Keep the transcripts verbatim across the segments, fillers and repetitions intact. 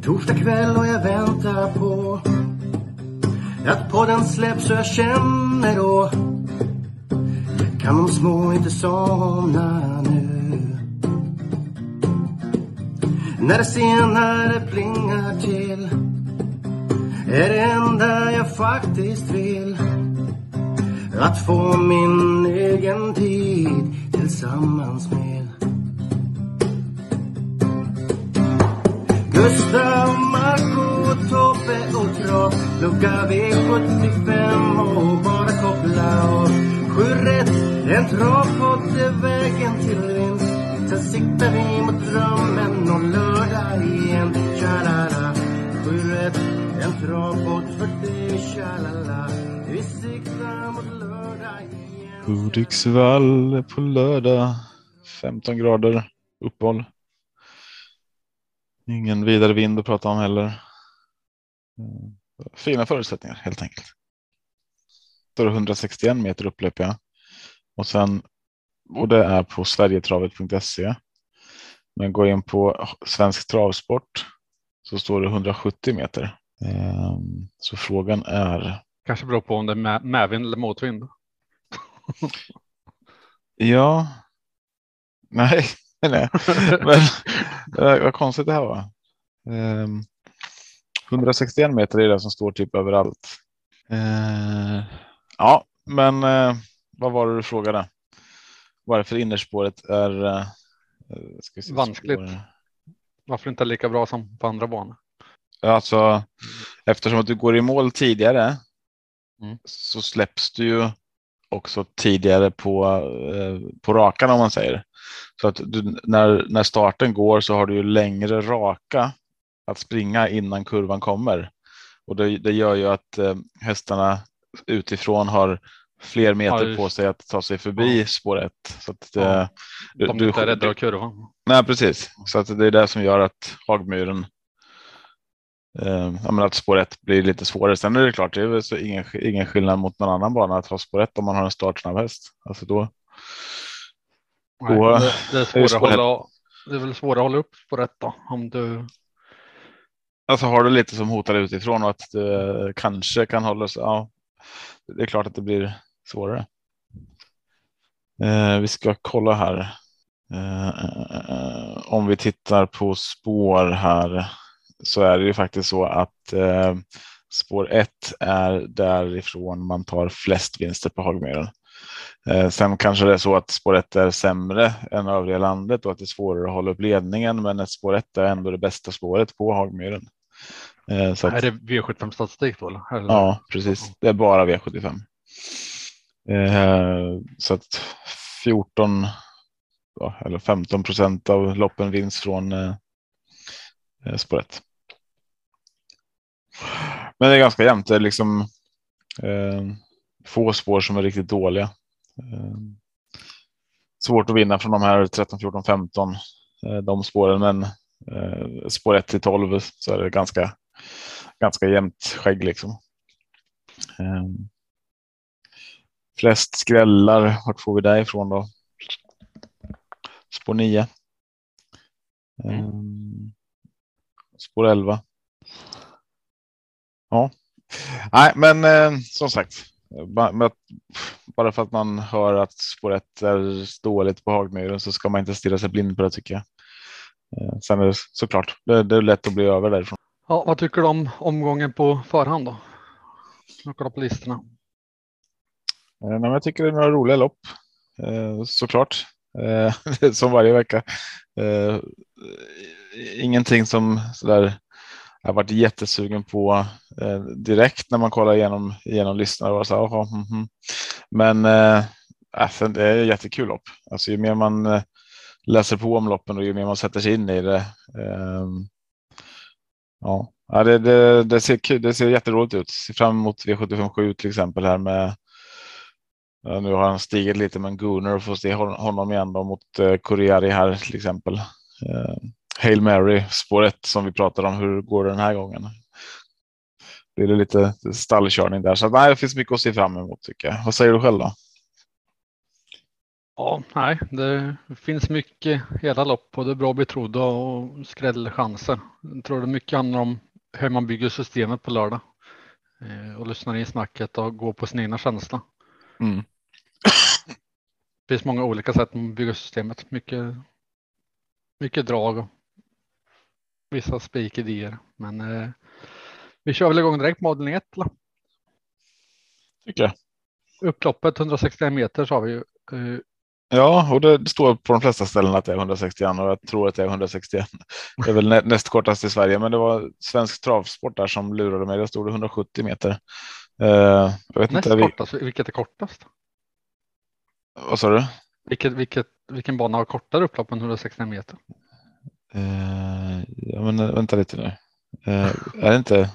Torsdag kväll och jag väntar på att podden släpps och jag känner då kan de små inte somna nu. När det senare plingar till är det enda jag faktiskt vill att få min egen tid tillsammans med Gustav, Marco, Tobbe och Trav. Lucka V sjuttiofem och bara koppla av. Sju rätt, en travpodd är vägen till vinst. Sen siktar vi mot drömmen om lördag igen. Tjalala, sju rätt, en travpodd för dig. Tjalala, vi siktar mot lördag igen. Hudiksvall på lördag. femton grader uppehåll. Ingen vidare vind att prata om heller. Fina förutsättningar helt enkelt. Då är det hundrasextioen meter upplöp, ja. Och sen, och det är på sverigetravet punkt se. Men går in på Svensk Travsport så står det hundrasjuttio meter. Så frågan är... Kanske beror på om det är med, medvind eller motvind. Ja. Nej. Nej. Men vad konstigt det här var. Um, hundrasextioen meter är det som står typ överallt. Uh, ja, men uh, vad var det du frågade? Varför innerspåret är uh, ska se, vanskligt. Spår. Varför inte lika bra som på andra banor? Alltså, eftersom att du går i mål tidigare mm. så släpps du ju också tidigare på, uh, på rakan om man säger. Så att du, när, när starten går så har du ju längre raka att springa innan kurvan kommer. Och det, det gör ju att eh, hästarna utifrån har fler meter ja, på sig att ta sig förbi ja. spår ett. Så att, ja. eh, De du, är inte rädda av kurvan. Nej, precis. Så att det är det som gör att Hagmyren, eh, jag menar att spår ett blir lite svårare. Sen är det klart, det är så ingen, ingen skillnad mot någon annan bana att ha spår ett om man har en startsnabb häst. Alltså då... Nej, det, det, är svårare att hålla, det är väl svårare att hålla upp på rätt då, om du... Alltså har du lite som hotar utifrån och att det kanske kan hålla sig, ja, det är klart att det blir svårare. Eh, vi ska kolla här. Eh, eh, om vi tittar på spår här så är det ju faktiskt så att eh, spår ett är därifrån man tar flest vinster på Hagmyren. Eh, sen kanske det är så att spår ett är sämre än övriga landet och att det är svårare att hålla upp ledningen, men ett spår ett är ändå det bästa spåret på Hagmyren. Eh, så att, är det V sjuttiofem-statistik då? Eller? Ja, precis. Det är bara V sjuttiofem. Eh, så att fjorton ja, eller femton procent av loppen vinns från eh, spår ett. Men det är ganska jämnt. Det är liksom eh, få spår som är riktigt dåliga. Svårt att vinna från de här tretton, fjorton, femton de spåren, men eh, spår ett till tolv så är det ganska ganska jämnt skägg liksom. Eh, flest skrällar, vart får vi därifrån då? Spår nio. Eh, spår elva. Ja. Nej, men eh, som sagt, bara för att man hör att spår ett är dåligt på Hagmyren så ska man inte stirra sig blind på det, tycker jag. Sen är det såklart, det, det är lätt att bli över därifrån. Ja, vad tycker du om omgången på förhand då? Jag kollar på listorna. Nej, men jag tycker det är några roliga lopp. Såklart. Som varje vecka. Ingenting som sådär jag har varit jättesugen på eh, direkt när man kollar igenom, igenom listorna. Och så, oh, mm, mm. Men eh, alltså, det är jättekul lopp. Alltså, ju mer man eh, läser på om loppen och ju mer man sätter sig in i det. Eh, ja, ja det, det, det, ser kul, det ser jätteroligt ut. Ser fram emot V sjuttiofem sju till exempel här med. Ja, nu har han stigit lite med en Gunnar och får se honom igen då, mot eh, Corriere här till exempel. Eh, Hail Mary, spår ett som vi pratade om, hur går det den här gången? Det är lite stallkörning där, så nej, det finns mycket att se fram emot tycker jag. Vad säger du själv då? Ja, nej, det finns mycket hela lopp och det är bra betrodda och skrällchanser. Jag tror det mycket handlar om hur man bygger systemet på lördag och lyssnar in snacket och går på sin egna känsla. Mm. Det finns många olika sätt att bygga systemet. Mycket, mycket drag och vissa spikidéer. Men eh, vi kör väl igång direkt med avdelning ett. Tycker jag. Upploppet hundrasextioen meter så har vi ju. Eh, Ja, och det står på de flesta ställen att det är hundrasextioen och jag tror att det är hundrasextioen. Det är väl nä- näst kortast i Sverige, men det var Svensk Travsport där som lurade mig. Det stod det hundrasjuttio meter. Uh, jag vet näst inte, kortast, vi... vilket är kortast? Vad sa du? Vilket, vilket, vilken bana har kortare upplopp än hundrasextioen meter? Uh, ja, men vänta lite nu. Uh, är det inte...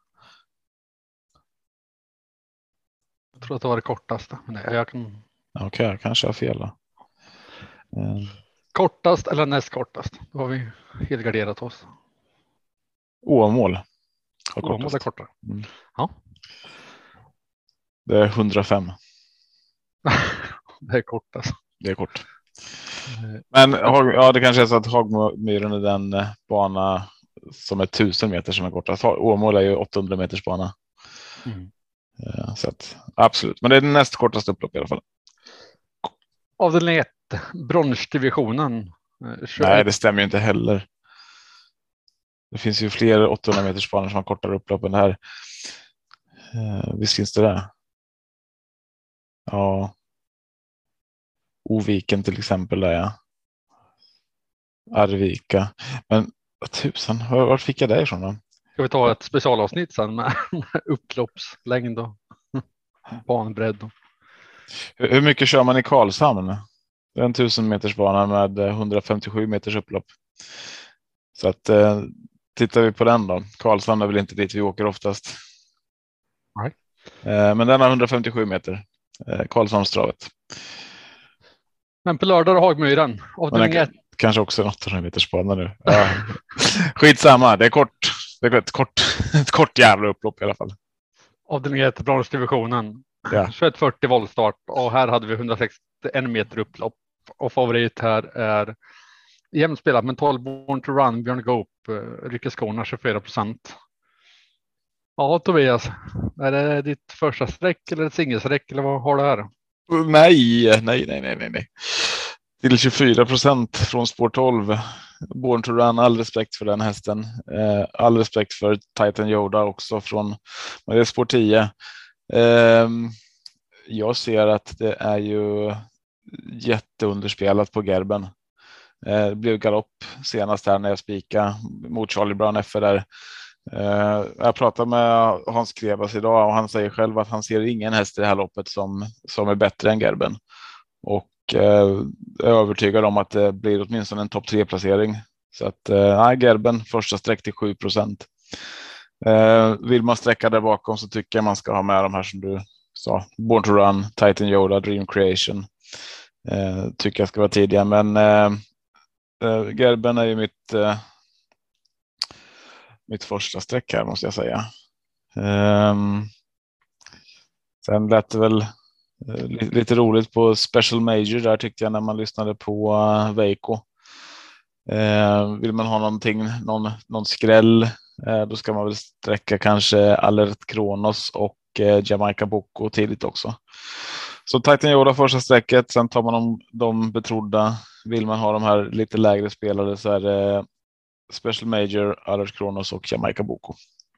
Jag tror att det var det kortaste. Nej, jag kan... Okej, okay, jag kanske har fel då. Uh... Kortast eller näst kortast? Då har vi helgarderat oss. Åmål. Åmål är kortare. Mm. Ja. Det är hundrafem. Det är kort alltså. Det är kort. Men ja, det kanske är så att Hagmyren är den bana som är tusen meter som är kortast. Åmål är ju åttahundra meters bana. Mm. Så att, absolut, men det är den näst kortaste upplopp i alla fall. Avdelning ett, bronsdivisionen. Nej, det stämmer ju inte heller. Det finns ju fler åttahundra meters banor som har kortare upplopp än det här. Visst finns det där? Ja. Oviken till exempel där, ja. Arvika. Men vad tusan, var fick jag det ifrån då? Ska vi ta ett specialavsnitt sen med upploppslängd och banbredd? Hur, hur mycket kör man i Karlshamn? Det är en tusen meters bana med hundrafemtiosju meters upplopp. Så att eh, tittar vi på den då. Karlshamn är väl inte dit vi åker oftast. Nej. Eh, men den har hundrafemtiosju meter. Eh, Karlshamnstravet. Men på lördag har Hagmyren. Kan, kanske också en åttahundra meters bana nu. Ja. Skitsamma, det är kort. Det är ett kort, ett kort jävla upplopp i alla fall. Avdelning ett, bronsdivisionen. Ja. tjugoett fyrtio voltstart och här hade vi hundrasextioen meter upplopp. Och favorit här är jämnt spelat med tolv Born to Run, Björn Goop, rycker skorna tjugofyra procent. Ja, Tobias, är det ditt första streck eller ett singelsträck eller vad har du här? Nej, nej, nej, nej, nej. Till tjugofyra procent från spår tolv. Born to Run, all respekt för den hästen. All respekt för Titan Yoda också från, men det är spår tio. Jag ser att det är ju jätteunderspelat på Gerben. Det blev galopp senast här när jag spikade mot Charlie Brown F där. Jag pratade med Hans Krevas idag och han säger själv att han ser ingen häst i det här loppet som, som är bättre än Gerben. Och jag är övertygad om att det blir åtminstone en topp tre placering. Så att nej, Gerben första sträck till sju procent. Vill man sträcka där bakom så tycker jag man ska ha med de här som du sa. Born to Run, Titan Yoda, Dream Creation. Tycker jag ska vara tidiga, men Gerben är ju mitt mitt första streck här måste jag säga. Um, sen lät det väl uh, lite, lite roligt på Special Major där tyckte jag när man lyssnade på uh, Veiko. Uh, vill man ha någonting, någon, någon skräll uh, då ska man väl sträcka kanske Alert Kronos och uh, Jamaica Boko tidigt också. Så Titan Yoda första sträcket, sen tar man de, de betrodda. Vill man ha de här lite lägre spelare så är det uh, Special Major, Alert Kronos och Jamaica Boko.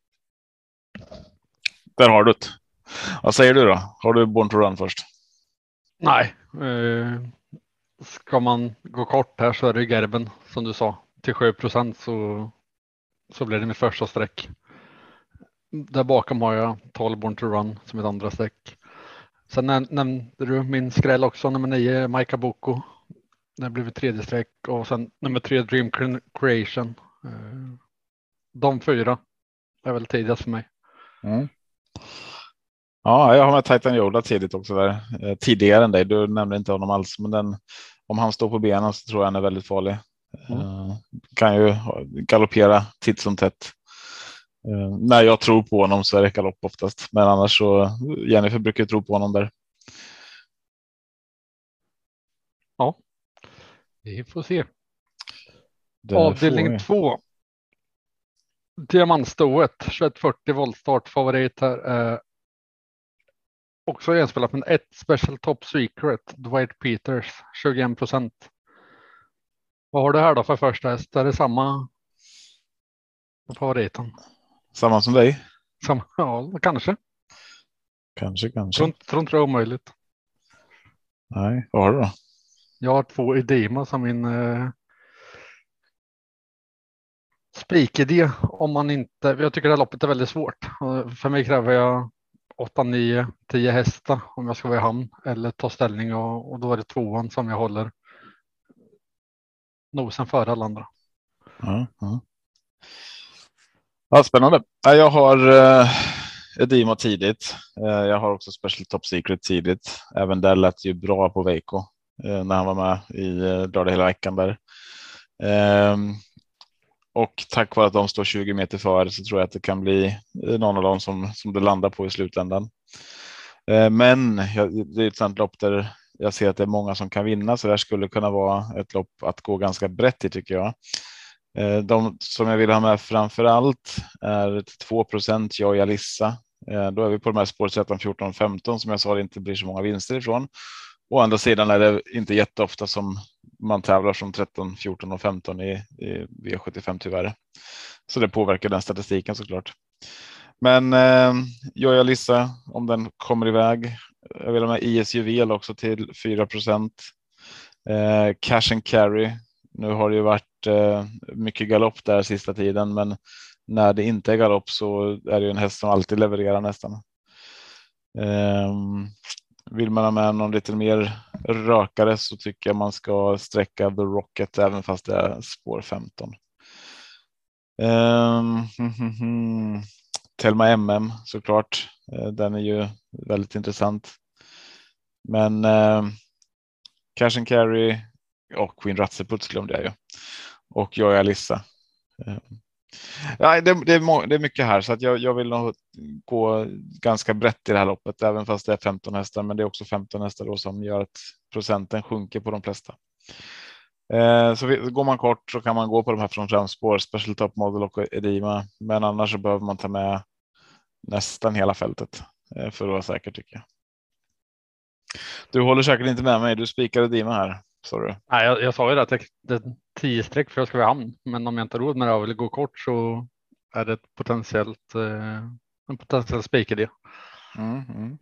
Där har du det. Vad säger du då? Har du Born to Run först? Nej. Eh, ska man gå kort här så är det Gerben som du sa. Till sju procent så, så blir det min första streck. Där bakom har jag tolv Born to Run som ett andra streck. Sen näm- nämnde du min skräll också, nummer nio, Jamaica Boko. Det blev ett tredje streck och sen nummer tre, Dream Creation. De fyra är väl tidigast för mig. Mm. Ja, jag har med Titan Yoda tidigt också där. Tidigare än dig. Du nämnde inte honom alls, men den, om han står på benen så tror jag han är väldigt farlig. Mm. Uh, kan ju galoppera titt som tätt. Uh, när jag tror på honom så är det galopp oftast, men annars så Jennifer brukar tro på honom där. Ja, vi får se. Det Avdelning får två. Diamantstoet, tjugoett fyrtio voltstart. Favorit här är också enspelat, men ett Special Top Secret, Dwight Peters, tjugoen procent. Vad har du här då för första häst? Är det samma på favoriten? samma som dig. Samma, ja, kanske. Kanske, kanske. Tror, tror inte det är omöjligt. Nej, vad har du då? Jag har två Edema som min eh, spikidé. Om man inte, jag tycker det här loppet är väldigt svårt. För mig kräver jag åtta, nio, tio hästar om jag ska vara i hamn eller ta ställning, och, och då är det tvåan som jag håller nosen före alla andra. Ja, ja. Ja, spännande. Jag har eh, Edema tidigt. Eh, jag har också Special Top Secret tidigt. Även där lät ju bra på Veiko eh, när han var med i eh, Drar det hela veckan där. Eh, och tack vare att de står tjugo meter före så tror jag att det kan bli någon av dem som, som det landar på i slutändan. Eh, men jag, det är ett sånt lopp där jag ser att det är många som kan vinna, så det skulle kunna vara ett lopp att gå ganska brett i, tycker jag. De som jag vill ha med framför allt är två procent Joya Lissa. Då är vi på de här spår tretton, fjorton, femton som jag sa det inte blir så många vinster ifrån. Å andra sidan är det inte jätteofta som man tävlar som tretton, fjorton och femton i, i V sjuttiofem tyvärr. Så det påverkar den statistiken såklart. Men eh, Joya Lissa, om den kommer iväg. Jag vill ha med I S Juvel också till fyra procent. Eh, Cash and Carry. Nu har det ju varit eh, mycket galopp där sista tiden, men när det inte är galopp så är det ju en häst som alltid levererar nästan. Eh, vill man ha med någon lite mer rökare så tycker jag man ska sträcka The Rocket även fast det är spår femton. Eh, hm, hm, hm. Telma M M såklart. Eh, den är ju väldigt intressant. Men eh, Cash and Carry och Queen Ratseputs glömde jag ju. Och jag är Alissa. Ja, det, det, är, det är mycket här så att jag, jag vill nog gå ganska brett i det här loppet, även fast det är femton hästar, men det är också femton hästar då som gör att procenten sjunker på de flesta. Eh, så vi, går man kort så kan man gå på de här från framspår, Special Top Model och Edema, men annars så behöver man ta med nästan hela fältet eh, för att vara säker, tycker jag. Du håller säkert inte med mig, du spikar Edema här. Sorry. Nej, jag, jag sa ju det att det, det är tio streck för jag ska vara hamn, men om jag inte har råd med det och vill gå kort så är det ett potentiellt eh, en potentiell spikidé. Mm, mm.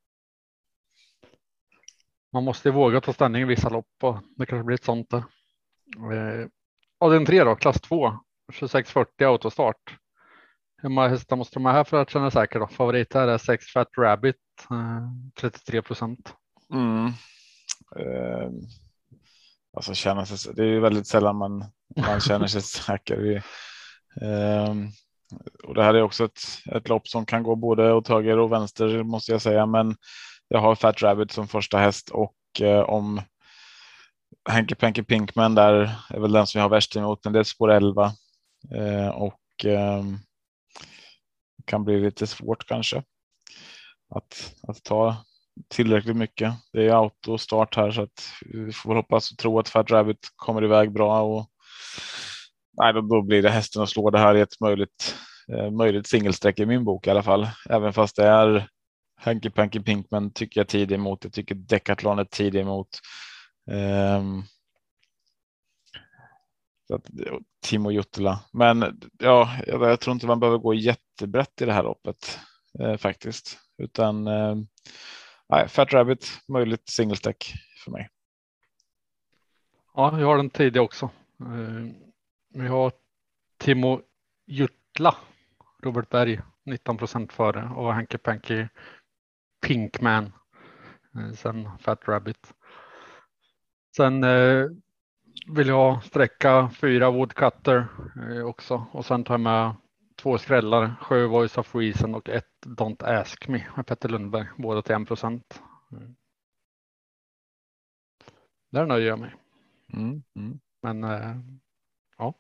Man måste ju våga ta ställning i vissa lopp och det kanske blir ett sånt där. Eh, och den tre då, klass två, tjugosex fyrtio autostart. Hur många hästar måste de ha här för att känna säker då? Favorit här är sex Fat Rabbit, eh, trettiotre procent. Mm. Eh, alltså känna sig, det är ju väldigt sällan man, man känner sig säker. Vi, eh, och det här är också ett, ett lopp som kan gå både åt höger och vänster måste jag säga, men jag har Fat Rabbit som första häst och eh, om Hanky Panky Pinkman där är väl den som jag har värst emot, men det är spår elva eh, och eh, kan bli lite svårt kanske att, att ta tillräckligt mycket. Det är autostart här så att vi får hoppas och tro att Fat Rabbit kommer iväg bra och nej, då, då blir det hästen att slå det här i ett möjligt, eh, möjligt singelsträck i min bok i alla fall. Även fast det är Hanky Panky Pinkman tycker jag tidigt emot. Jag tycker Decathlon är tidigt emot. Um, så att, Timo Juttila. Men ja, jag, jag tror inte man behöver gå jättebrett i det här loppet eh, faktiskt. Utan eh, nej, Fat Rabbit, möjligt singelstack för mig. Ja, jag har den tidig också. Uh, vi har Timo Juttila, Robert Berg, nitton procent före och Hanky Panky Pinkman. Uh, sen Fat Rabbit. Sen uh, vill jag sträcka fyra Woodcutter uh, också och sen tar jag med två skrällar, sju Voice of Reason och ett Don't Ask Me med Petter Lundberg, båda till en procent. Mm. Där nöjer jag mig. Mm, mm. Men uh, ja.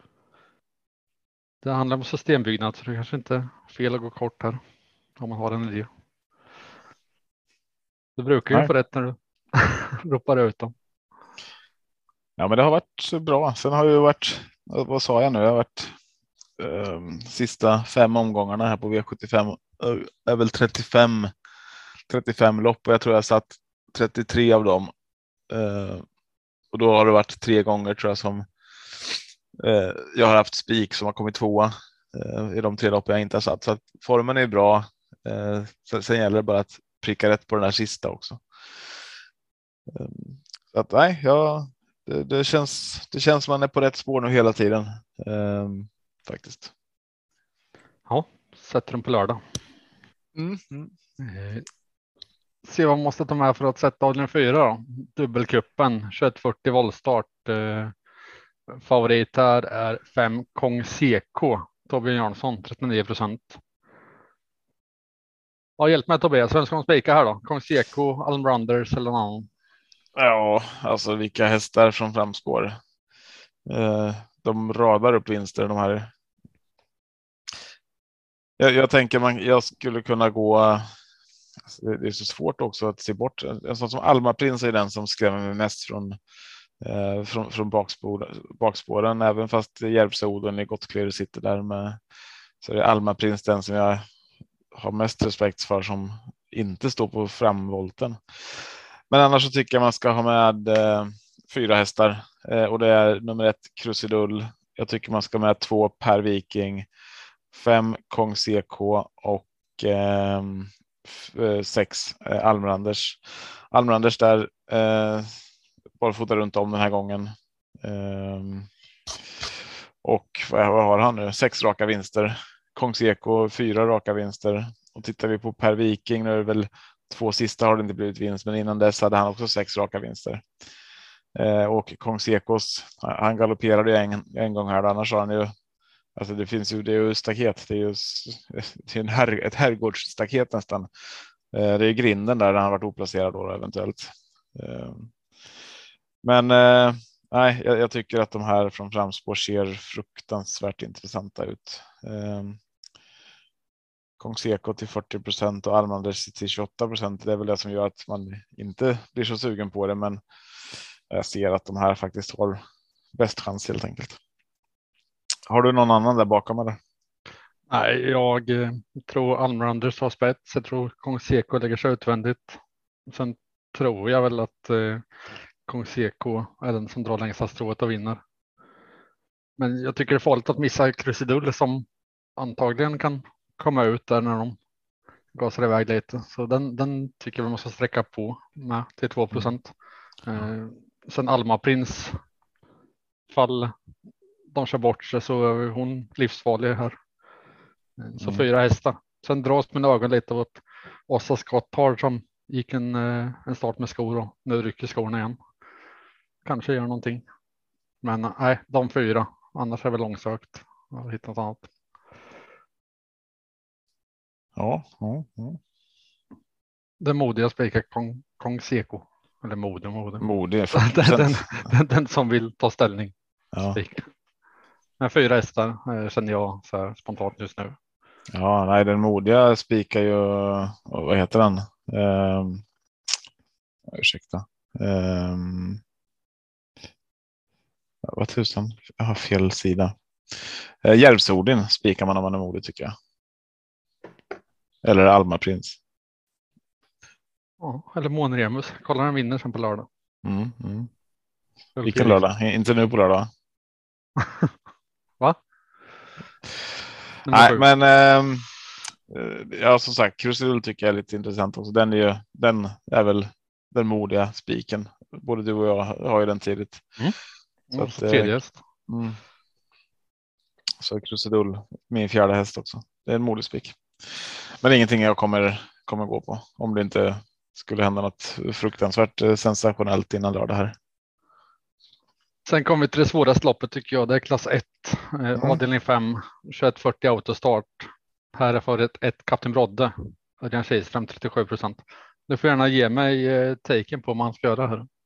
Det handlar om systembyggnad så det kanske inte är fel att gå kort här om man har en idé. Du brukar ju Nej. få rätt när du ropar ut dem. Ja, men det har varit bra. Sen har ju varit, vad sa jag nu? Jag har varit um, sista fem omgångarna här på V sjuttiofem uh, är väl trettiofem, trettiofem lopp och jag tror jag satt trettiotre av dem. Uh, och då har det varit tre gånger tror jag som uh, jag har haft spik som har kommit tvåa uh, i de tre lopp jag inte har satt. Så att formen är bra. Uh, sen, sen gäller det bara att pricka rätt på den här sista också. Um, så att nej, jag Det, det, känns, det känns som man är på rätt spår nu hela tiden. Um, faktiskt. Ja, sätter den på lördag. Mm. Mm. Eh, se vad man måste ta med för att sätta avdelning fyra då. Dubbelkuppen, tjugoett fyrtio voltstart. Eh, favorit här är fem Kong C K. Tobias Jansson, trettionio procent. Ja, hjälp mig Tobias, vem ska man spika här då? Kong C K, Allen Brothers eller någon annan? Ja, alltså vilka hästar från framspår. Eh, de radar upp vinster de här. Jag, jag tänker man, jag skulle kunna gå. Alltså det, det är så svårt också att se bort. En sån som Alma Prins är den som skrämmer mig mest från eh, från, från bakspår, bakspåren. Även fast Järvsöoden i gott klirr sitter där med, så är det Alma Prins den som jag har mest respekt för som inte står på framvolten. Men annars så tycker jag man ska ha med eh, fyra hästar eh, och det är nummer ett Krusidull. Jag tycker man ska med två Per Viking, fem Kong C K och eh, f- sex eh, Almranders. Almranders där eh, bara fota runt om den här gången. Eh, och vad har han nu? Sex raka vinster. Kong C K fyra raka vinster. Och tittar vi på Per Viking nu är det väl två sista har det inte blivit vinst, men innan dess hade han också sex raka vinster. Eh, och Kong C K:s, han galopperade ju en, en gång här, annars har han ju, alltså det finns ju, det är ju staket, det är ju det är en her, ett herrgårdsstaket nästan. Eh, det är grinden där han har varit oplacerad då eventuellt. Eh, men eh, nej, jag, jag tycker att de här från framspår ser fruktansvärt intressanta ut. Eh, Kong C K till fyrtio procent och Almanders till tjugoåtta procent. Det är väl det som gör att man inte blir så sugen på det, men jag ser att de här faktiskt har bäst chans helt enkelt. Har du någon annan där bakom eller? Nej, jag eh, tror Almranders har spets. Jag tror Kong C K lägger sig utvändigt. Sen tror jag väl att eh, Kong C K är den som drar längsta strået och vinner. Men jag tycker det är farligt att missa Krusidull som antagligen kan komma ut där när de gasar iväg lite. Så den, den tycker vi måste sträcka på med till två procent. Mm. Eh, sen Alma Prins, fall de kör bort sig så är hon livsfarlig här. Så mm. fyra hästar. Sen dras mina ögon lite av att Åsa Scott har som gick en, en start med skor och nu rycker skorna igen. Kanske gör någonting. Men nej, de fyra. Annars är det långsökt. Jag har hittat något annat. Ja, ja, ja. Det modiga spikar Kong, Kong C K. Eller mode, mode. Mode den, den, den, den som vill ta ställning. Ja. Men fyra hästar eh, känner jag så här spontant just nu. Ja, nej, den modiga spikar ju, vad heter den? Um, ursäkta. Um, vad tusan, jag har fel sida. Uh, Järvsodin spikar man om man är modig tycker jag. Eller Alma Prins. Ja, eller Månremus. Kolla den vinner sen på lördag. Mm, mm. Vilken lördag? Inte nu på lördag. Va? Nej, men äh, ja, som sagt, Krusidull tycker jag är lite intressant också. Den är ju, den är väl den modiga spiken. Både du och jag har ju den tidigt. Mm. Så mm, att, tredje häst. Mm. Så Krusidull, min fjärde häst också. Det är en modig spik. Men ingenting jag kommer, kommer gå på. Om det inte skulle hända något fruktansvärt sensationellt innan lördag här. Sen kommer vi till det svåraste loppet tycker jag. Det är klass ett. Eh, mm. Avdelning fem. tjugoett fyrtio autostart. Här är för ett, ett Kapten Brodde. Örjan Kihlström trettiosju procent. Du får gärna ge mig eh, taken på vad man ska göra här.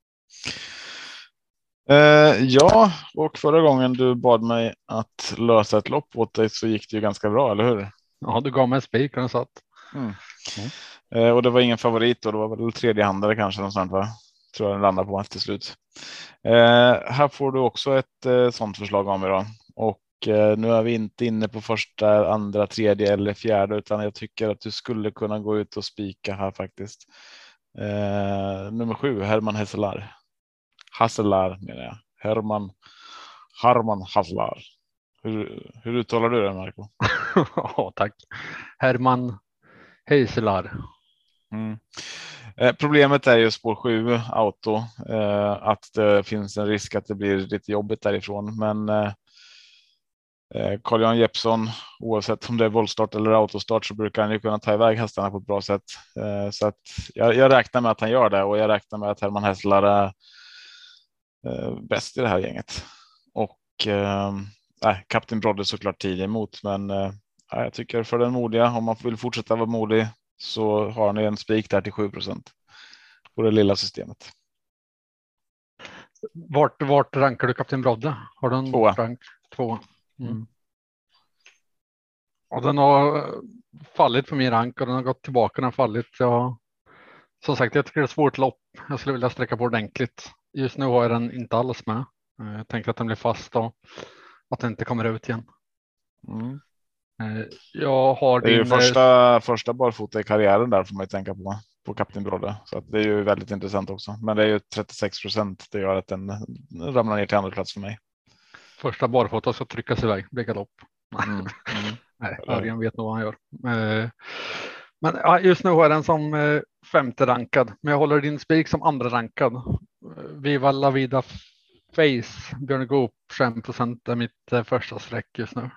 Eh, ja, och förra gången du bad mig att lösa ett lopp åt dig så gick det ju ganska bra, eller hur? Ja, du gav mig en spik och den satt. Mm. Mm. Eh, och det var ingen favorit och det var väl tredje handare kanske någonstans, va? tror jag den landar på till slut. Eh, här får du också ett eh, sånt förslag om idag. Och eh, nu är vi inte inne på första, andra, tredje eller fjärde, utan jag tycker att du skulle kunna gå ut och spika här faktiskt. Eh, nummer sju, Herman Hasselar. Hasselar menar jag. Herman Harman Hasselar. Hur, hur uttalar du det, Marco? Ja, tack. Herman Hasselar. Mm. Eh, problemet är ju spår sju auto, eh, att det finns en risk att det blir lite jobbigt därifrån, men eh, Carl-Johan Jeppsson, oavsett om det är voltstart eller autostart, så brukar han ju kunna ta iväg hästarna på ett bra sätt. Eh, så att jag, jag räknar med att han gör det, och jag räknar med att Herman Hasselar är eh, bäst i det här gänget. Och eh, Kapten Brodde såklart tidigt emot, men eh, jag tycker för den modiga, om man vill fortsätta vara modig, så har ni en spik där till sju procent på det lilla systemet. Vart, vart rankar du Kapten Brodde? Har du en Tvåa. rank? Tvåa. Mm. Mm. Och den har fallit på min rank och den har gått tillbaka, den har fallit. Jag, som sagt, jag tycker det är ett svårt lopp. Jag skulle vilja sträcka på ordentligt. Just nu har jag den inte alls med. Jag tänker att den blir fast och att den inte kommer ut igen. Mm. Jag har Det är ju din... första, första barfota i karriären där, får man ju tänka på, på Kapten Brodde. Så att det är ju väldigt intressant också. Men det är ju trettiosex procent. Det gör att den ramlar ner till andra plats för mig. Första barfota ska tryckas iväg, blir galopp. Mm. Mm. Nej, Örjan vet nog vad han gör. Men ja, just nu har jag den som femte rankad. Men jag håller din spik som andra rankad. Viva La Vida Face, Björn Goop, fem procent är mitt första streck just nu.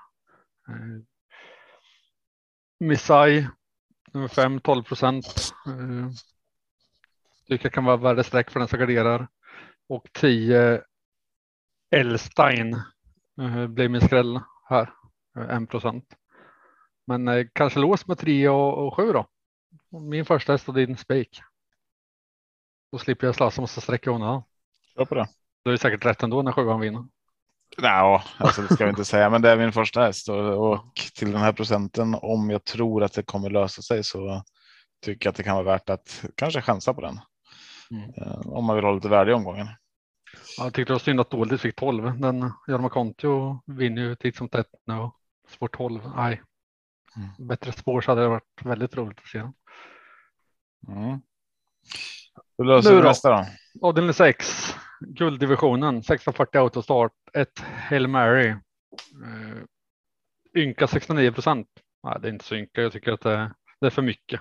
Missai, nummer fem, tolv procent. Tycker jag kan vara värre streck för den som garderar. Och tio Elstein blir min skräll här, en procent. Men eh, kanske lås med tre och, och sju då. Min första häst och din spik. Då slipper jag slassa, måste sträcka undan. Kör på det. Då är det säkert rätt ändå när sjuan vinner. Nej, alltså det ska vi inte säga, men det är min första häst, och, och till den här procenten, om jag tror att det kommer lösa sig, så tycker jag att det kan vara värt att kanske chansa på den. Mm. Om man vill ha lite värde i omgången. Ja, jag tyckte det var synd att dåligt fick tolv. Den Jorma Kontio vinner ju titt som tätt nu. Spår tolv, nej. Mm. Bättre spår, så hade det varit väldigt roligt att se. Mm. Hur löser vi nästa då? Avdelning sex, gulddivisionen, sexton fyrtio autostart, ett Hail Mary. Uh, ynka sextionio procent. Nej, det är inte så ynka, jag tycker att det, det är för mycket.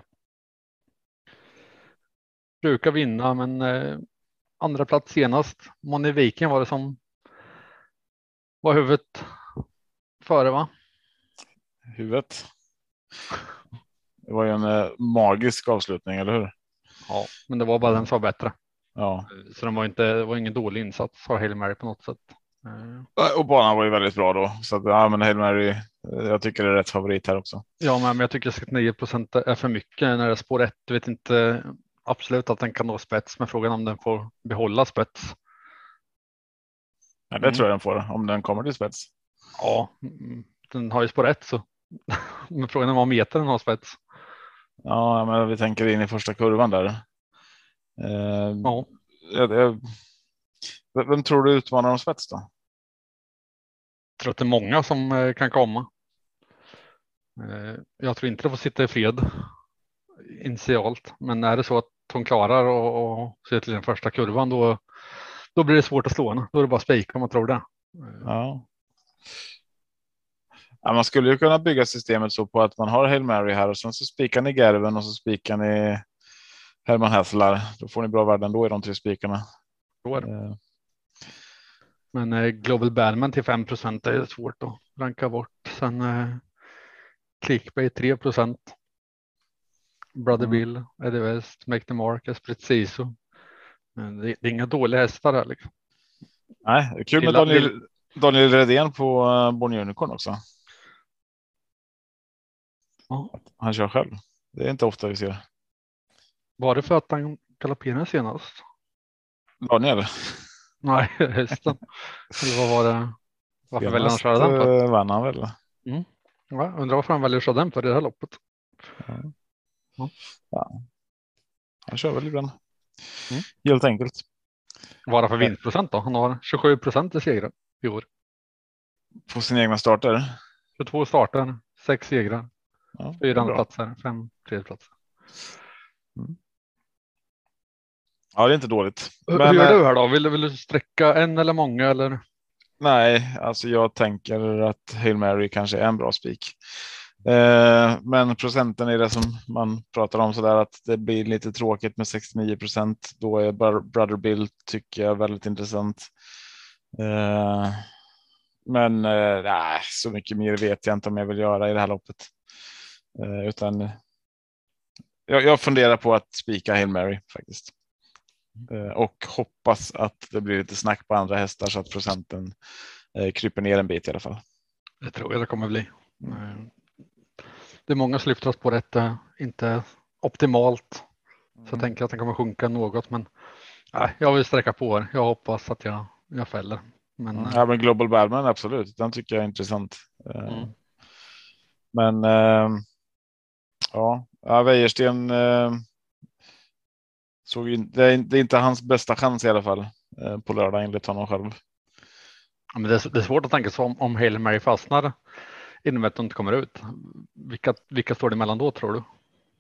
Brukar vinna, men uh, andra plats senast. Moni Viken var det som var huvudet före, va? Huvudet. Det var ju en eh, magisk avslutning, eller hur? Ja, men det var bara den som var bättre. Ja. Så den var inte, det var ingen dålig insats för Hail Mary på något sätt. Och banan var ju väldigt bra då. Så att, ja, men Hail Mary, jag tycker det är rätt favorit här också. Ja, men jag tycker sextionio procent är för mycket när det är spår ett. Du vet inte absolut att den kan nå spets, men frågan om den får behålla spets. Ja, det mm. tror jag den får, om den kommer till spets. Ja, den har ju spår ett, så men frågan är vad meter den har spets. Ja, men vi tänker in i första kurvan där. Eh, ja. Jag, jag, vem tror du utmanar om spets då? Jag tror att det är många som kan komma. Eh, jag tror inte det får sitta i fred initialt, men är det så att hon klarar och, och se till den första kurvan, då, då blir det svårt att slå henne. Då är det bara spik om man tror det. Ja. Ja, man skulle ju kunna bygga systemet så på att man har Hail Mary här och sen så spikar ni Gerven och så spikar ni Herman Hasselar. Då får ni bra värden då i de tre spikarna. Uh. Men eh, Global Badman till fem procent är svårt att ranka bort. Sen eh, Clickbait tre procent. Brother mm. Bill, Eddie West, Make the Mark, Esprit Sisu. Men det, det är inga dåliga hästar här liksom. Nej, det är kul med Daniel, Daniel Redén på uh, Born Unicorn också. Ja. Han kör själv. Det är inte ofta vi ser. Var det för att han galopperade senast? Daniel? Nej, hästen. Eller vad var det? Varför väljer han köra den för? Vann han väl? Mm. Ja, undrar varför han väljer att köra den för det här loppet. Ja. Ja. Ja. Han kör väl ibland. Mm. Helt enkelt. Vad är för vinstprocent då? Han har tjugosju procent i segrar i år. På sina egna starter? tjugotvå starter, sex segrar. Ja, fyra andra platser, fem tredje platser. Mm. Ja, det är inte dåligt. Hur Men, gör du här då? Vill, vill du sträcka en eller många? Eller? Nej, alltså jag tänker att Hail Mary kanske är en bra spik. Eh, men procenten är det som man pratar om, så där att det blir lite tråkigt med sextionio procent. Då är Brother Bill, tycker jag, väldigt intressant. Eh, men eh, nej, så mycket mer vet jag inte om jag vill göra i det här loppet. Eh, utan jag, jag funderar på att spika Hail Mary faktiskt. Eh, och hoppas att det blir lite snack på andra hästar så att procenten eh, kryper ner en bit i alla fall. Det tror jag det kommer bli. Mm. Det är många som lyfter oss på detta, inte optimalt. Mm. Så jag tänker att den kommer sjunka något, men nej, jag vill sträcka på här. Jag hoppas att jag, jag fäller. Men, mm. Ja, men Global Badman, absolut. Den tycker jag är intressant. Mm. Men äh, ja, ja Wäjersten äh, såg in, det, är, det är inte hans bästa chans i alla fall äh, på lördag enligt honom själv. Ja, men det, är, det är svårt att tänka sig om, om Hail Mary fastnar inom att de inte kommer ut. Vilka, vilka står det mellan då, tror du?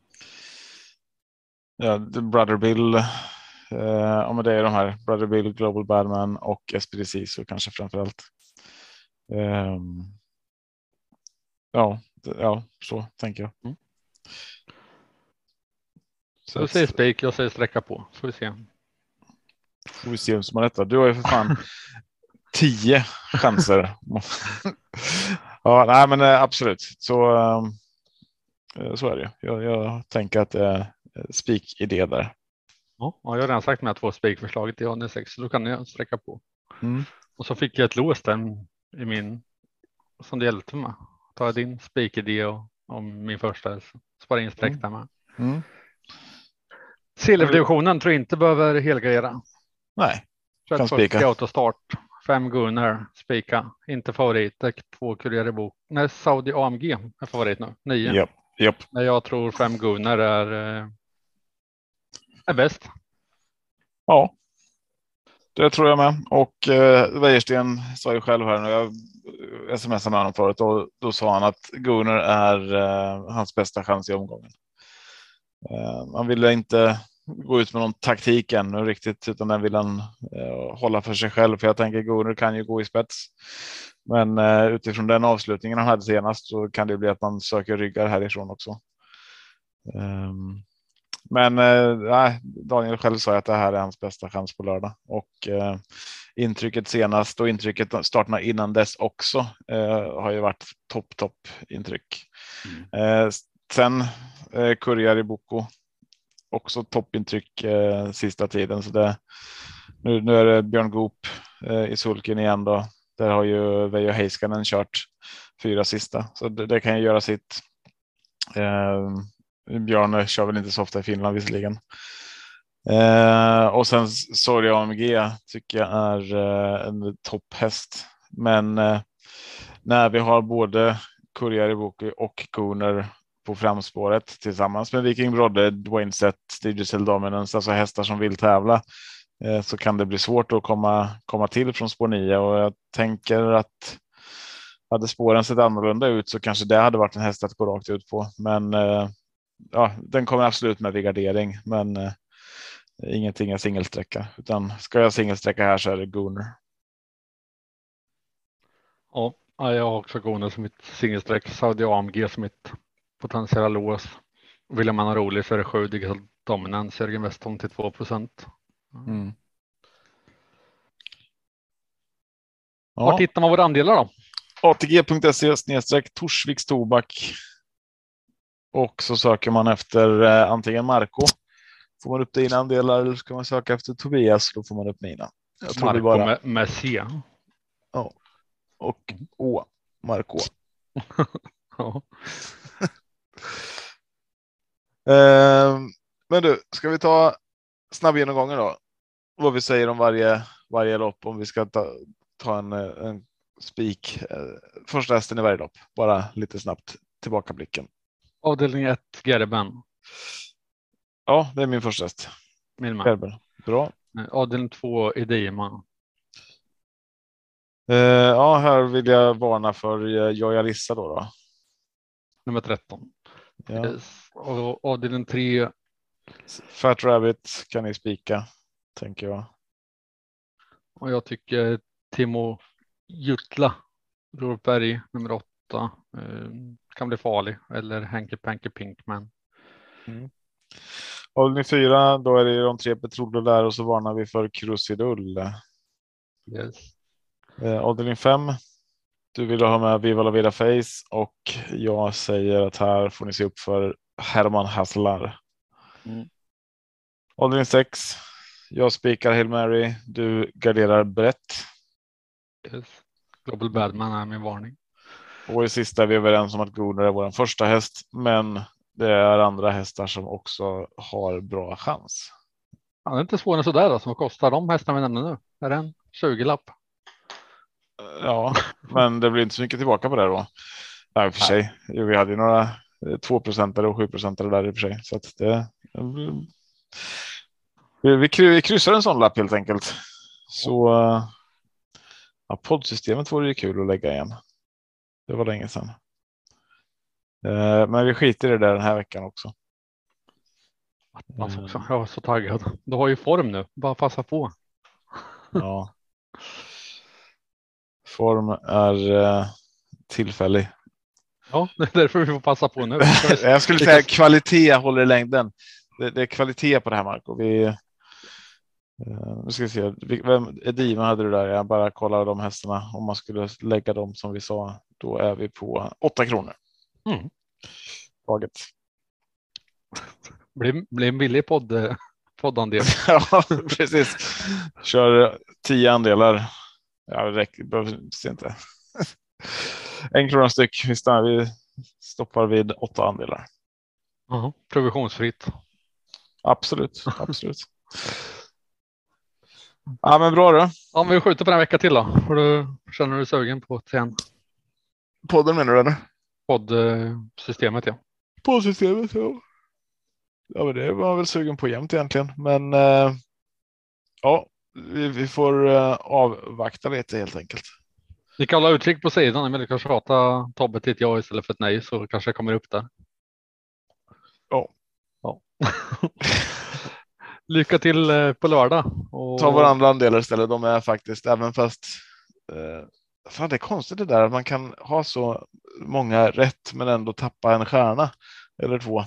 Ja, Brother Bill. Eh, om det är de här Brother Bill, Global Badman och S P D C så kanske framförallt. Eh, ja, ja, så tänker jag. Mm. Så du säger spik, jag säger sträcka på. Får vi se. Får vi se som har detta. Du har ju för fan tio chanser. Ja, nej, men absolut. Så, så är det. Jag, jag tänker att det är spik-idé där. Ja, jag har redan sagt med att få spikförslaget i A N sex, så då kan jag sträcka på. Mm. Och så fick jag ett lås där i min som det hjälpte mig. Ta din spikidé och om min första spara in streck där med. Mm. Silverdivisionen tror jag inte behöver helgardera. Nej, kan spika. Autostart, fem Gunnar, spika, inte favorit, två Kurier i bok. Nej, Saudi A M G är favorit nu, nio. Yep. Yep. Men jag tror fem Gunnar är, är bäst. Ja, det tror jag med. Och eh, Wäjersten sa ju själv här när jag smsade med honom förut, och då sa han att Gunnar är eh, hans bästa chans i omgången. Eh, man ville inte gå ut med någon taktik ännu riktigt, utan den vill han eh, hålla för sig själv. För jag tänker Gunnar kan ju gå i spets. Men eh, utifrån den avslutningen han hade senast så kan det bli att man söker ryggar härifrån också. Um, men eh, Daniel själv sa att det här är hans bästa chans på lördag. Och eh, intrycket senast och intrycket startarna innan dess också eh, har ju varit topp, topp intryck. Mm. Eh, sen eh, Kurier i Boko. Också toppintryck eh, sista tiden. Så det, nu, nu är det Björn Goop eh, i sulken igen då. Där har ju Veijo Heiskanen kört fyra sista. Så det, det kan ju göra sitt. Eh, Björn kör väl inte så ofta i Finland visserligen. Eh, och sen Saudi A M G tycker jag är eh, en topphäst. Men eh, när vi har både Kurier i Boku och Gunnar på framspåret tillsammans med Viking Brodde, Dwayne Set, Digital Dominance, alltså hästar som vill tävla, eh, så kan det bli svårt att komma, komma till från spår nio. Och jag tänker att hade spåren sett annorlunda ut så kanske det hade varit en häst att gå rakt ut på. Men eh, ja, den kommer absolut med vid gardering, men eh, ingenting är singelsträcka. Utan ska jag singelsträcka här så är det Gunnar. Ja, jag har också Gunnar som mitt singelsträck, Saudi A M G som mitt potentiella lås. Vill man ha roligt så är det sju Digital Dominance, Jörgen Westholm till två procent. Mm. Ja. Var hittar man våra andelar då? A T G punkt se snedstreck Torsviks Tobak. Och så söker man efter eh, antingen Marco. Får man upp dina andelar, eller ska man söka efter Tobias, då får man upp mina. Jag tror Marco bara... med, med C. Ja. Och Å. Marco. Ja. eh, men du, ska vi ta snabb genomgången då? Vad vi säger om varje, varje lopp, om vi ska ta, ta en, en spik. Eh, första hästen i varje lopp. Bara lite snabbt tillbakablicken. Avdelning ett, Gerben. Ja, det är min första häst. Min Gerber. Bra. Avdelning två Edema. Uh, ja, här vill jag varna för uh, Joja Lissa då, då. Nummer tretton. Ja. Yes. Och avdelning tre. Fat Rabbit kan ni spika, tänker jag. Och jag tycker Timo Jutla, Rorberg, nummer åtta, eh, kan bli farlig. Eller Hanky Panky Pinkman. Mm. Avdelning fyra, då är det de tre Petrol där och så varnar vi för Krusidull. Yes. Eh, avdelning fem, du vill ha med Viva la Vida Face och jag säger att här får ni se upp för Herman Hasslar. Mm. Avdelning sex, jag spikar Hail Mary, du garderar brett. Yes. Global Badman är min varning. Och i sista är vi överens om att Gunnar är vår första häst, men det är andra hästar som också har bra chans. Ja, det är inte svårare sådär då, som kostar de hästarna vi nämner nu. Är det en tjugo-lapp? Ja, men det blir inte så mycket tillbaka på det då. Nej, för sig. Jo, vi hade ju några två procent och sju procent där i och för sig. Så att det, vi, vi kryssar en sån lapp helt enkelt. Så ja, poddsystemet vore ju kul att lägga igen. Det var länge sedan. Men vi skiter i det där den här veckan också. Alltså, jag var så taggad. Du har ju form nu. Bara passa på. Ja. Form är uh, tillfällig. Ja, det är därför vi får passa på nu. Jag skulle säga att kvalitet håller i längden. Det, det är kvalitet på det här, Marco. Vi, uh, nu ska vi se. Vem Edima hade du där? Jag bara kollar de hästarna. Om man skulle lägga dem som vi sa, då är vi på åtta kronor. Mm. Taget. Blir, blir en billig podd, poddandel. Ja, precis. Kör tio andelar. Ja, det räcker, behövs inte. En krona styck. Vi, stannar, vi stoppar vid åtta andelar. Uh-huh. Provisionsfritt. Absolut, absolut. Ja, men bra då. Ja, men vi skjuter på en vecka till då. För då känner du sugen på sen. Podden menar du eller? Poddsystemet, ja. Poddsystemet, ja. Ja, men det var väl sugen på jämt egentligen. Men äh, ja, vi, vi får äh, avvakta lite helt enkelt. Ni kan hålla utkik på sidan. Men du kan tjata Tobbe till ett ja istället för ett nej. Så kanske det kommer upp där. Ja. Ja. Lycka till äh, på lördag. Och... Ta varandra andelar istället. De är faktiskt, även fast... Äh, fan, det är konstigt det där. Att man kan ha så många rätt men ändå tappa en stjärna. Eller två.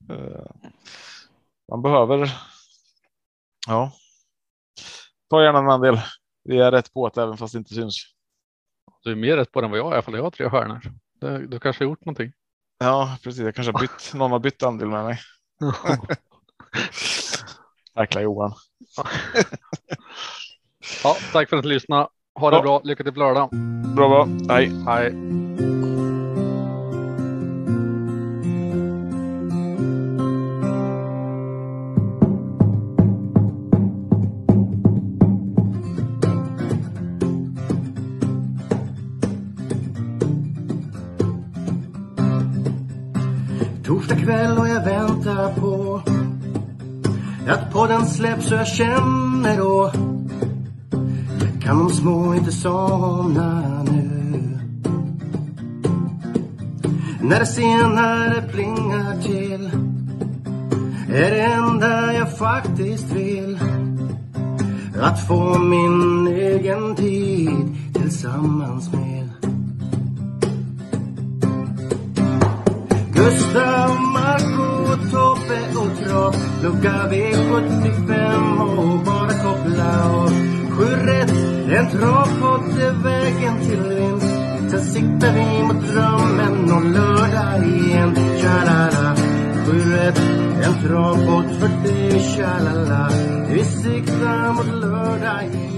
Man behöver ja ta gärna en andel. Vi är rätt på det även fast det inte syns. Du är mer rätt på den vad jag är, i alla fall jag har tre stjärnor. Du, du kanske har gjort någonting. Ja, precis. Jag kanske har bytt. Någon har bytt andel med mig. Jäkla Johan. Ja, tack för att ni lyssnade. Ha det ja. Bra. Lycka till på lördag. Bra, bra. Hej. Hej. Torsdag kväll och jag väntar på att podden släpps så jag känner då kan de små inte somna nu. När det senare plingar till är det enda jag faktiskt vill att få min egen tid tillsammans med Gustav, Marco, Tobbe och Trav. Lucka V sjuttiofem och bara koppla av. Sju rätt, en travpodd är vägen till vinst. Sen siktar vi mot drömmen om lördag igen. Tjalala, sju rätt, en travpodd för dig. Tjalala, vi siktar mot lördag igen.